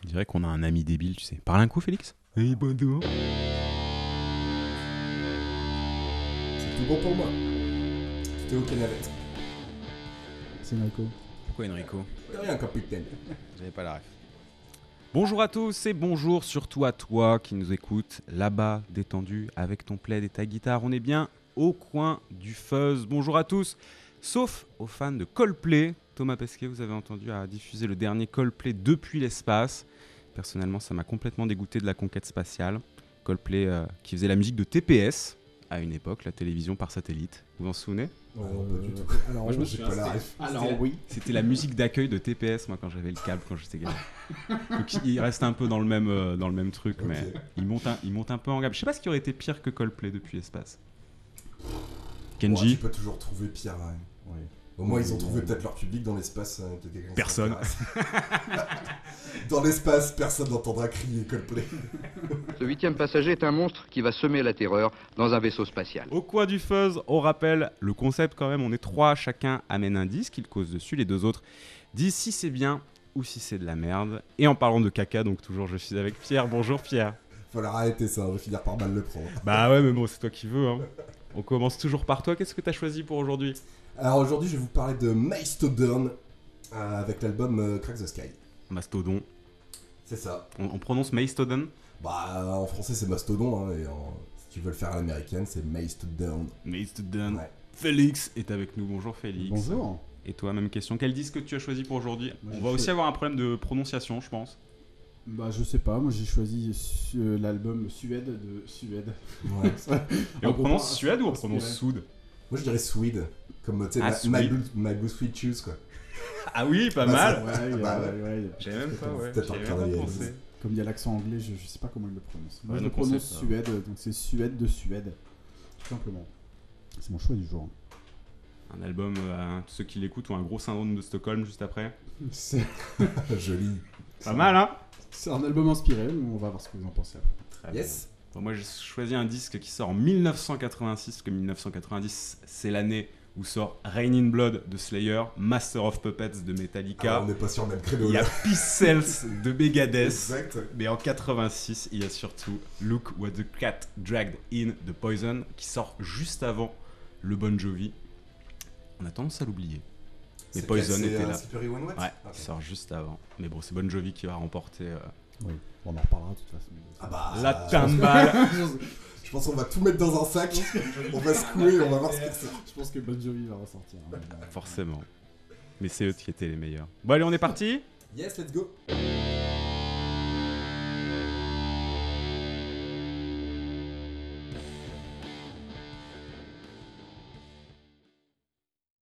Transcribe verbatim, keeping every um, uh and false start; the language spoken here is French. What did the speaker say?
dirait qu'on a un ami débile, tu sais. Parle un coup, Félix. Oui, bonjour. C'est tout bon pour moi. C'était au Canada. C'est Enrico. Pourquoi Enrico? De rien, capitaine. J'avais pas la ref. Bonjour à tous et bonjour surtout à toi qui nous écoutes là-bas, détendu, avec ton plaid et ta guitare. On est bien au coin du fuzz. Bonjour à tous, sauf aux fans de Coldplay. Thomas Pesquet, vous avez entendu, a diffusé le dernier Coldplay depuis l'espace. Personnellement, ça m'a complètement dégoûté de la conquête spatiale. Coldplay euh, qui faisait la musique de T P S à une époque, la télévision par satellite. Vous vous en souvenez? Ah non, pas du tout. Alors, Moi, je me J'ai souviens, pas la c'était- ref. alors C'était- oui. C'était la musique d'accueil de T P S, moi, quand j'avais le câble, quand j'étais gamin. Donc il reste un peu dans le même, euh, dans le même truc, Ok. mais il monte, un, il monte un peu en gamme. Je sais pas ce qui aurait été pire que Coldplay depuis l'espace. Ouais, Kenji, tu peux toujours trouver pire. Ouais. Ouais. Au moins, ils ont trouvé peut-être leur public dans l'espace. euh, peut-être quelqu'un qui Personne. s'intéresse. Dans l'espace, personne n'entendra crier Coldplay. Ce huitième passager est un monstre qui va semer la terreur dans un vaisseau spatial. au coin du fuzz, on rappelle le concept quand même. On est trois, chacun amène un disque, il cause dessus, les deux autres disent si c'est bien ou si c'est de la merde. Et en parlant de caca, donc toujours je suis avec Pierre. Bonjour Pierre. Falloir arrêter ça, on va finir par mal le prendre. Bah ouais, mais bon, c'est toi qui veux. Hein. On commence toujours par toi. Qu'est-ce que t'as choisi pour aujourd'hui? Alors aujourd'hui, je vais vous parler de Mastodon euh, avec l'album euh, Crack the Sky. Mastodon. C'est ça. On, on prononce Mastodon. Bah, en français, c'est Mastodon, hein, et en... si tu veux le faire à l'américaine, c'est Mastodon. Mastodon. Ouais. Félix est avec nous. Bonjour Félix. Bonjour. Et toi, même question. Quel disque tu as choisi pour aujourd'hui? Moi, On j'ai va aussi fait- avoir un problème de prononciation, je pense. Bah je sais pas, moi j'ai choisi su- euh, l'album Suède de Suède. Ouais. Et on Un gros prononce pas- Suède ou on inspiré. prononce Soud? Moi, je dirais Swede, comme tu sais, Ah, ma- Swede. my, Blue- my Blue Sweet Shoes, quoi. Ah oui, pas Bah, mal. Ouais, ouais, Bah, ouais, ouais. J'avais même pas, ouais. Peut-être J'avais un même pas clin d'œil. pensé. Comme il y a l'accent anglais, je, je sais pas comment il le prononce. Moi Ouais, je le donc on sait prononce pas. Suède, donc c'est Suède de Suède. Tout simplement. C'est mon choix du jour. Un album, euh, ceux qui l'écoutent ont un gros syndrome de Stockholm juste après. C'est Joli. Pas mal, hein? c'est un album inspiré, mais on va voir ce que vous en pensez après. Très Yes. bien. Bon, moi, j'ai choisi un disque qui sort en dix-neuf cent quatre-vingt-six, parce que dix-neuf cent quatre-vingt-dix, c'est l'année où sort Rain in Blood de Slayer, Master of Puppets de Ah, Metallica. on n'est pas sur le même créneau. Il y a là. Peace Cells de Megadeth. Exact. Mais en quatre-vingt-six, il y a surtout Look What the Cat Dragged In de Poison, qui sort juste avant le Bon Jovi. On a tendance à l'oublier. Mais C'est Poison quel- c'est, était euh, là. Slippery When Wet. Ouais, Ok. il sort juste avant. Mais bon, c'est Bon Jovi qui va remporter euh, Oui, on en reparlera de toute façon. Ah bah, la je pense- timbale. Je pense qu'on va tout mettre dans un sac, on va secouer, on va voir ce que c'est. Je pense que Bon Jovi va ressortir. hein. Forcément. Mais c'est eux qui étaient les meilleurs. Bon, allez, on est parti. Yes, let's go.